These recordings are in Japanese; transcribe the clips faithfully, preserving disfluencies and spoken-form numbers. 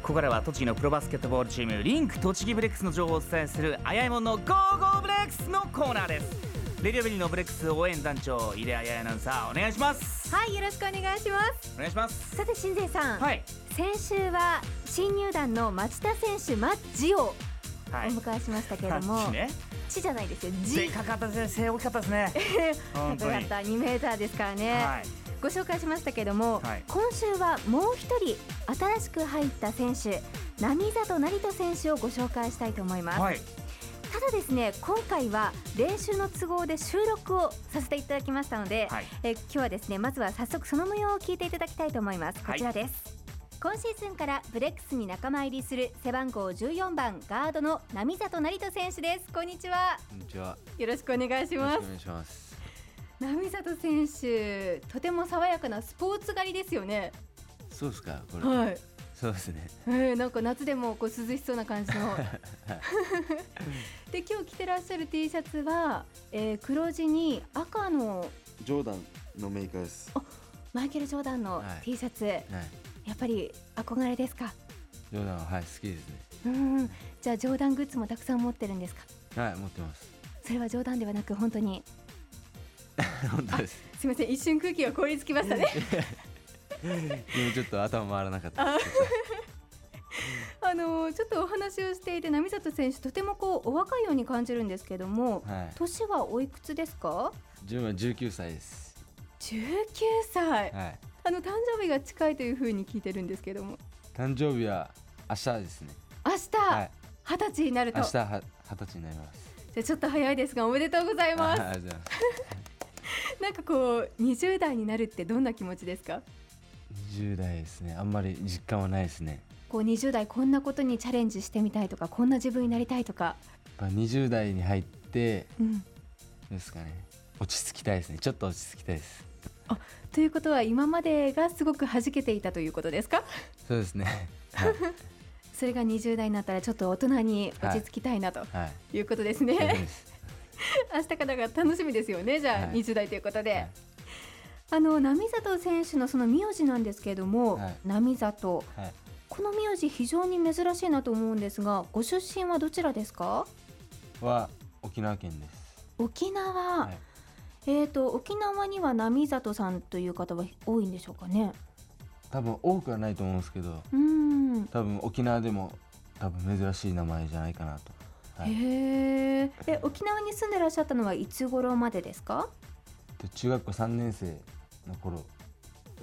ここからは栃木のプロバスケットボールチームリンク栃木ブレックスの情報をお伝えするあやえもんのゴーゴーブレックスのコーナーです。レディオベリーのブレックス応援団長井出あやアナウンサーお願いします。 はい、よろしくお願いします。 お願いします。 さて新勢さん、 はい、 先週は新入団の町田選手マッジをお迎えしましたけれども、 はい、ね、 地じゃないですよ、G。 でかかったですね、背大きかったですね本当にかったにメーターですからね、はい、ご紹介しましたけれども、はい、今週はもう一人新しく入った選手並里成人選手をご紹介したいと思います、はい、ただですね、今回は練習の都合で収録をさせていただきましたので、はい、え今日はですね、まずは早速その模様を聞いていただきたいと思います。こちらです、はい、今シーズンからブレックスに仲間入りする背番号じゅうよんばんガードの並里成人選手です。こんにちは。 こんにちは。 よろしくお願いします。 よろしくお願いします。 並里選手、とても爽やかなスポーツ狩りですよね。 そうですか、これ。 はい。 そうですね。 えー、なんか夏でもこう涼しそうな感じので今日着てらっしゃる T シャツは、えー、黒地に赤のジョーダンのメーカーです。 あ、マイケル・ジョーダンの T シャツ、はいはい、やっぱり憧れですか？ ジョーダンは、はい、好きですね。 うん、じゃあジョーダングッズもたくさん持ってるんですか？ はい、持ってます。 それは冗談ではなく本当に本当です。 すみません、一瞬空気が凍りつきましたね今ちょっと頭回らなかったです。 あのー、ちょっとお話をしていて並里選手とてもこうお若いように感じるんですけども、はい、年はおいくつですか？ 自分はじゅうきゅうさいです。 じゅうきゅうさい、はい、あの誕生日が近いというふうに聞いてるんですけども。 誕生日は明日ですね。 明日、はい、はたちになると。 明日ははたちになります。 じゃあちょっと早いですがおめでとうございます。 ありがとうございますなんかこうにじゅう代になるってどんな気持ちですか？ にじゅう代ですね、あんまり実感はないですね。 こうにじゅう代こんなことにチャレンジしてみたいとか、こんな自分になりたいとか。やっぱにじゅう代に入って、うん、ですかね、落ち着きたいですね。ちょっと落ち着きたいです。 あ、ということは今までがすごく弾けていたということですか？ そうですね、はい、 それがにじゅう代になったらちょっと大人に落ち着きたいなということですね、はいはい、明日からが楽しみですよね。じゃあ、はい、にじゅう代ということで、はい、あの並里選手のその名字なんですけれども、はい、並里、はい、この名字非常に珍しいなと思うんですが、ご出身はどちらですか？ は沖縄県です。 沖縄、はい、えーと沖縄には並里さんという方は多いんでしょうかね？ 多分多くはないと思うんですけど、 うん、 多分沖縄でも多分珍しい名前じゃないかなと、はい、 へー。で沖縄に住んでらっしゃったのはいつ頃までですか？ 中学校さんねん生の頃です。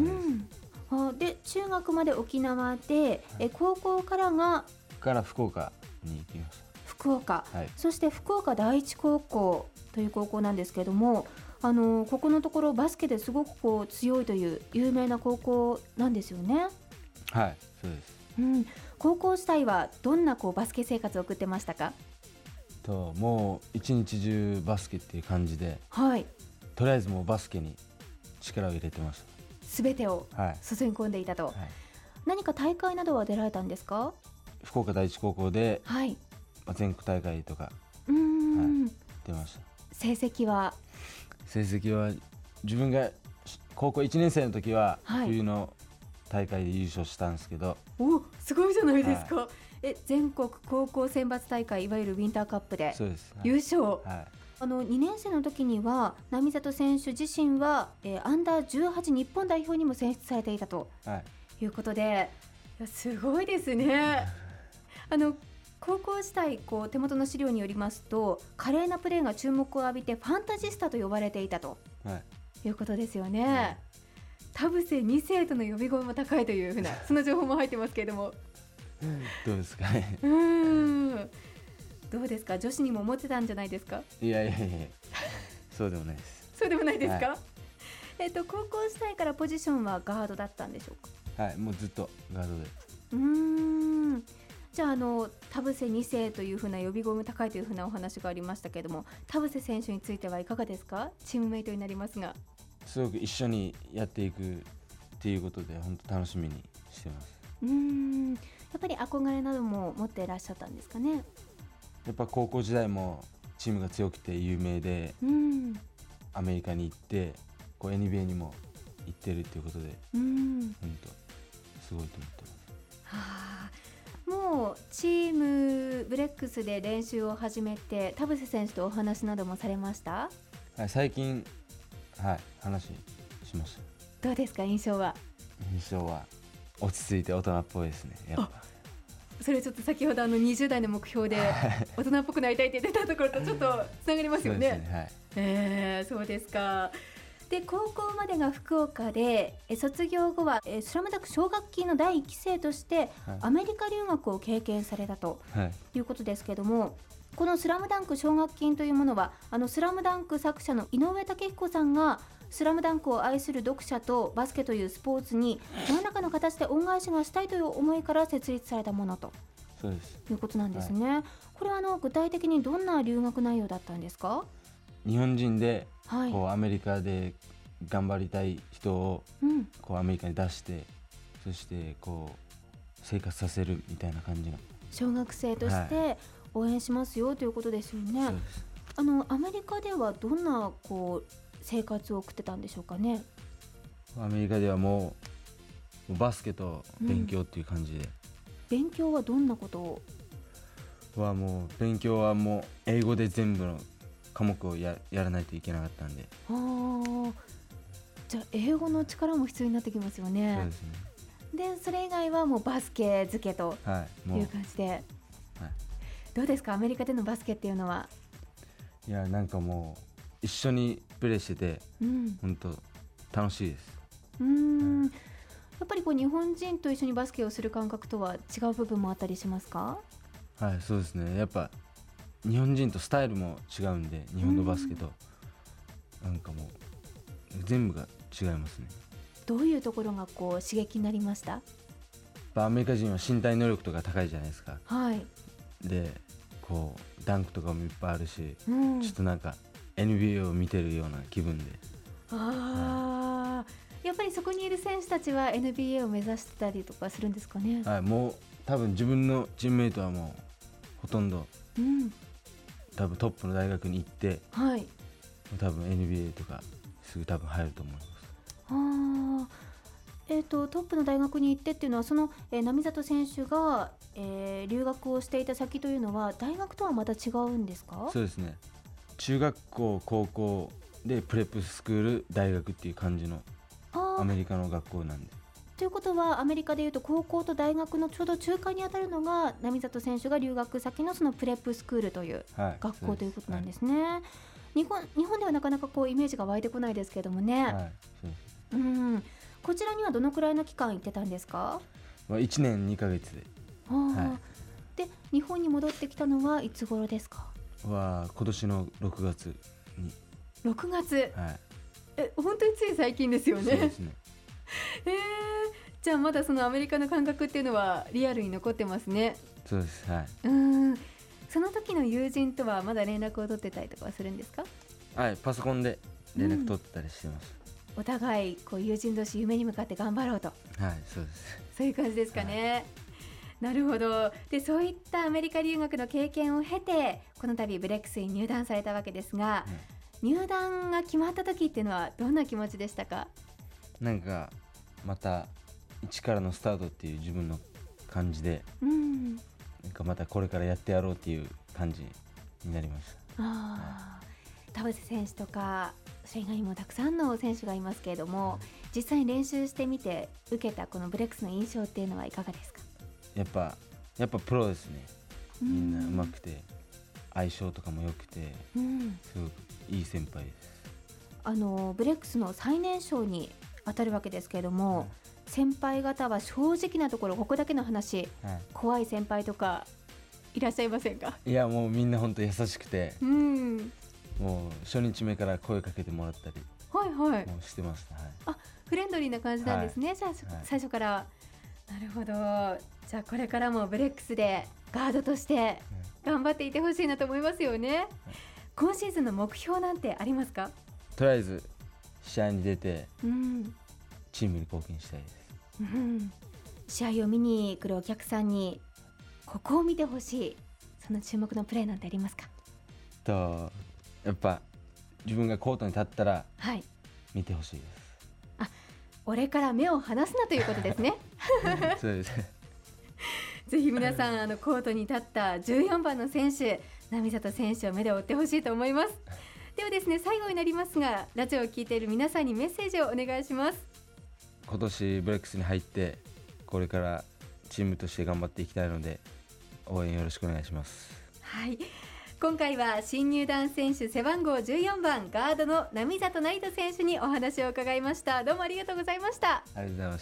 うん、あで中学まで沖縄で、はい、え高校からがから福岡に行きました。 福岡、 はい、 そして福岡第一高校という高校なんですけども、あのここのところバスケですごくこう強いという有名な高校なんですよね。 はい、そうです、 うん、高校時代はどんなこうバスケ生活を送ってましたか？ ともう一日中バスケっていう感じで、 はい、 とりあえずもうバスケに力を入れてました。 すべてを注ぎ込んでいたと、はい、何か大会などは出られたんですか？ 福岡第一高校で、はい、全国大会とか、うーん、はい、出ました。 成績は成績は自分が高校いちねん生の時は冬の大会で優勝したんですけど、はい、 おすごいじゃないですか、はい、え全国高校選抜大会いわゆるウィンターカップで優勝、はいはい、あのにねん生の時には並里選手自身は、えー、アンダーじゅうはち日本代表にも選出されていたということで、はい、いやすごいですねあの高校時代こう手元の資料によりますと華麗なプレーが注目を浴びてファンタジスタと呼ばれていたと、はい、いうことですよね、はい、田臥に世との呼び声も高いというふうなその情報も入ってますけれどもどうですかね。 うーんどうですか、女子にも思ってたんじゃないですか？ いやいやいやそうでもないです。 そうでもないですか、 はい、 えっと高校時代からポジションはガードだったんでしょうか？はい、もうずっとガードで。 うーんじゃあ、あの田臥に世というふうな呼び声も高いというふうなお話がありましたけれども、田臥選手についてはいかがですか？チームメイトになりますがすごく一緒にやっていくっていうことで本当楽しみにしてます。 うーんやっぱり憧れなども持っていらっしゃったんですかね？ やっぱ高校時代もチームが強くて有名で、うん、アメリカに行ってこう エヌビーエー にも行ってるっていうことで、うん、本当すごいと思ってます。 はあ、 もチームブレックスで練習を始めて田臥選手とお話などもされました？ はい、最近、はい、話しました。 どうですか、印象は？ 印象は落ち着いて大人っぽいですね。やっぱそれちょっと先ほどあのにじゅう代の目標で大人っぽくなりたいって言ってたところとちょっとつながりますよね。そうですね、はい。えー、そうですか。で高校までが福岡で、え卒業後はえスラムダンク奨学金のだいいっき生としてアメリカ留学を経験されたということですけども、はい、このスラムダンク奨学金というものはあのスラムダンク作者の井上武彦さんがスラムダンクを愛する読者とバスケというスポーツに何らかの形で恩返しがしたいという思いから設立されたものとそうですいうことなんですね。はい、これはあの具体的にどんな留学内容だったんですか？ 日本人でこうアメリカで頑張りたい人をこうアメリカに出して、うん、そしてこう生活させるみたいな感じの小学生として応援しますよということですよね。はい、あのアメリカではどんなこう生活を送ってたんでしょうかね。 アメリカではもうバスケと勉強っていう感じで、うん、 勉強はどんなことをはもう勉強はもう英語で全部の科目を や, やらないといけなかったんで。 あじゃあ英語の力も必要になってきますよね。 そうですね。 でそれ以外はもうバスケ漬けという感じで、はいはい、どうですかアメリカでのバスケっていうのは？ いやなんかもう一緒にプレーしてて、うん、本当楽しいです。 うーん、はい、やっぱりこう日本人と一緒にバスケをする感覚とは違う部分もあったりしますか？ はい、そうですね。やっぱ日本人とスタイルも違うんで、日本のバスケとなんかもう全部が違いますね。 どういうところがこう刺激になりました？ アメリカ人は身体能力とか高いじゃないですか。 はい。 でこうダンクとかもいっぱいあるし、うん、ちょっとなんか エヌビーエー を見てるような気分で。 あ、はい、やっぱりそこにいる選手たちは エヌビーエー を目指してたりとかするんですかね。 はい、もう多分自分のチームメイトはもうほとんど、うん、多分トップの大学に行って、はい、多分 エヌビーエー とかすぐ多分入ると思います。 あえー、とトップの大学に行ってっていうのはその、えー、並里選手が、えー、留学をしていた先というのは大学とはまた違うんですか？ そうですね。中学校高校でプレップスクール大学っていう感じのアメリカの学校なんで。 ということはアメリカでいうと高校と大学のちょうど中間にあたるのが並里選手が留学先のそのプレップスクールという学校ということなんですね。はい、日本、日本ではなかなかこうイメージが湧いてこないですけれどもね。はい、そうです。うん、こちらにはどのくらいの期間行ってたんですか？ いちねんにかげつで。はい、で日本に戻ってきたのはいつ頃ですか？ は今年のろくがつに。 ろくがつ、 はい、 え本当につい最近ですよね。 そうですね。 えー、じゃあまだそのアメリカの感覚っていうのはリアルに残ってますね。 そうです、はい、 うーんその時の友人とはまだ連絡を取ってたりとかはするんですか？ はい、パソコンで連絡取ったりしてます。 うん、お互いこう友人同士夢に向かって頑張ろうと。 はい、そうです。 そういう感じですかね。はい、なるほど。でそういったアメリカ留学の経験を経てこの度ブレックスに入団されたわけですが、うん、入団が決まった時っていうのはどんな気持ちでしたか？ なんかまた一からのスタートっていう自分の感じで、うん、なんかまたこれからやってやろうっていう感じになりました。 あ、田臥選手とかそれ以外にもたくさんの選手がいますけれども、うん、実際に練習してみて受けたこのブレックスの印象っていうのはいかがですか？ やっぱやっぱプロですね。みんな上手くて相性とかも良くて、うん、すごくいい先輩です。 あのブレックスの最年少に当たるわけですけれども、うん、先輩方は正直なところここだけの話、はい、怖い先輩とかいらっしゃいませんか？ いやもうみんな本当優しくて、うん、もう初日目から声かけてもらったり、はいはい、もうしてました。はい、 あ、フレンドリーな感じなんですね。はい、最初、はい、最初から。なるほど。じゃあこれからもブレックスでガードとして頑張っていてほしいなと思いますよね。はい、今シーズンの目標なんてありますか？ とりあえず試合に出て、うん、チームに貢献したいです。 うん、試合を見に来るお客さんにここを見てほしい、その注目のプレーなんてありますか？ とやっぱ自分がコートに立ったら見てほしいです。 はい、あ、俺から目を離すなということですね。 そうです。 ぜひ皆さんあのコートに立ったじゅうよんばんの選手、並里選手を目で追ってほしいと思います。ではですね、最後になりますが、ラジオを聞いている皆さんにメッセージをお願いします。 今年ブレックスに入ってこれからチームとして頑張っていきたいので応援よろしくお願いします。 はい、今回は新入団選手背番号じゅうよんばんガードの並里成人選手にお話を伺いました。どうもありがとうございました。 ありがとうございました。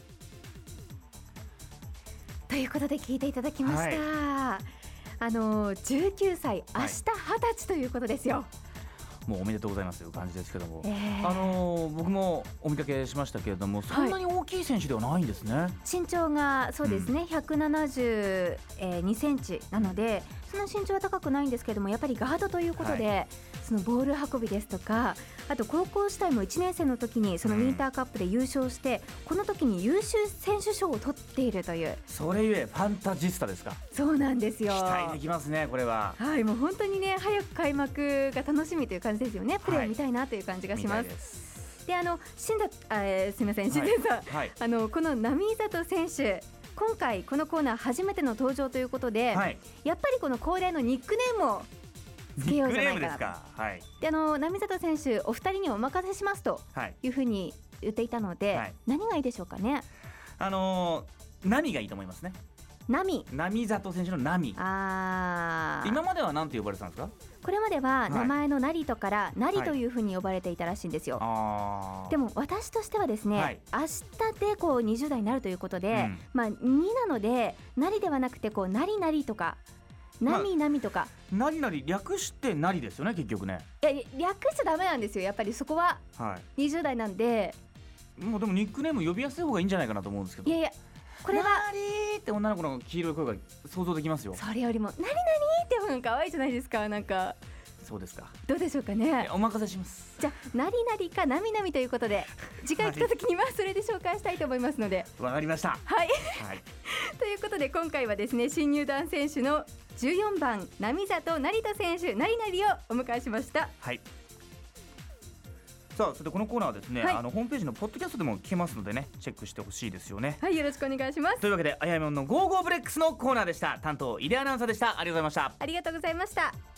ということで聞いていただきました、はい、あのじゅうきゅうさい、明日はたちということですよ。 もうおめでとうございますという感じですけども、えー、あの僕もお見かけしましたけれども、そんなに大きい選手ではないんですね、はい、 身長がそうですね、うん、ひゃくななじゅうにセンチなので、そんな身長は高くないんですけども、やっぱりガードということで、はい、そのボール運びですとか、あと高校時代もいちねん生の時にそのウィンターカップで優勝して、うん、この時に優秀選手賞を取っているという、 それゆえファンタジスタですか。 そうなんですよ。 期待できますね、これは。 はい、もう本当にね、早く開幕が楽しみという感じですよね。プレー見たいなという感じがします。はい、で、あの新田あ、えー、すみません、新田さん、はいはい、あのこの並里選手、今回このコーナー初めての登場ということで、はい、やっぱりこの恒例のニックネームをつけようじゃないかなと。はい、で、あの並里選手、お二人にお任せしますというふうに言っていたので、はい、何がいいでしょうかね。 あのー、波がいいと思いますね。 波並里選手の波。あ、今までは何て呼ばれてたんですか。 これまでは名前の成戸から成というふうに呼ばれていたらしいんですよ、はい、でも私としてはですね、はい、明日でこうにじゅう代になるということで、うん、まあ、になので成ではなくてこう成成とか波波とか、 まあ、成成略して成ですよね、結局ね。 いや、略しちゃダメなんですよ、やっぱりそこは、はい、にじゅう代なんで。 もうでもニックネーム呼びやすい方がいいんじゃないかなと思うんですけど。 いやいや、これはなりーって女の子の黄色い声が想像できますよ。 それよりもなりなりーって方が可愛いじゃないですか。なんかそうですか。 どうでしょうかね。 お任せします。 じゃあなりなりかなみなみということで、次回来た時にはそれで紹介したいと思いますので。 わかりました。 はい、はい、ということで今回はですね、新入団選手のじゅうよんばん並里成人選手なりなりをお迎えしました。 はい、さあ、それでこのコーナーはですね、はい、あのホームページのポッドキャストでも聞けますのでね、チェックしてほしいですよね。 はい、よろしくお願いします。 というわけで、あやめんのゴーゴーブレックスのコーナーでした。担当井出アナウンサーでした。ありがとうございました。 ありがとうございました。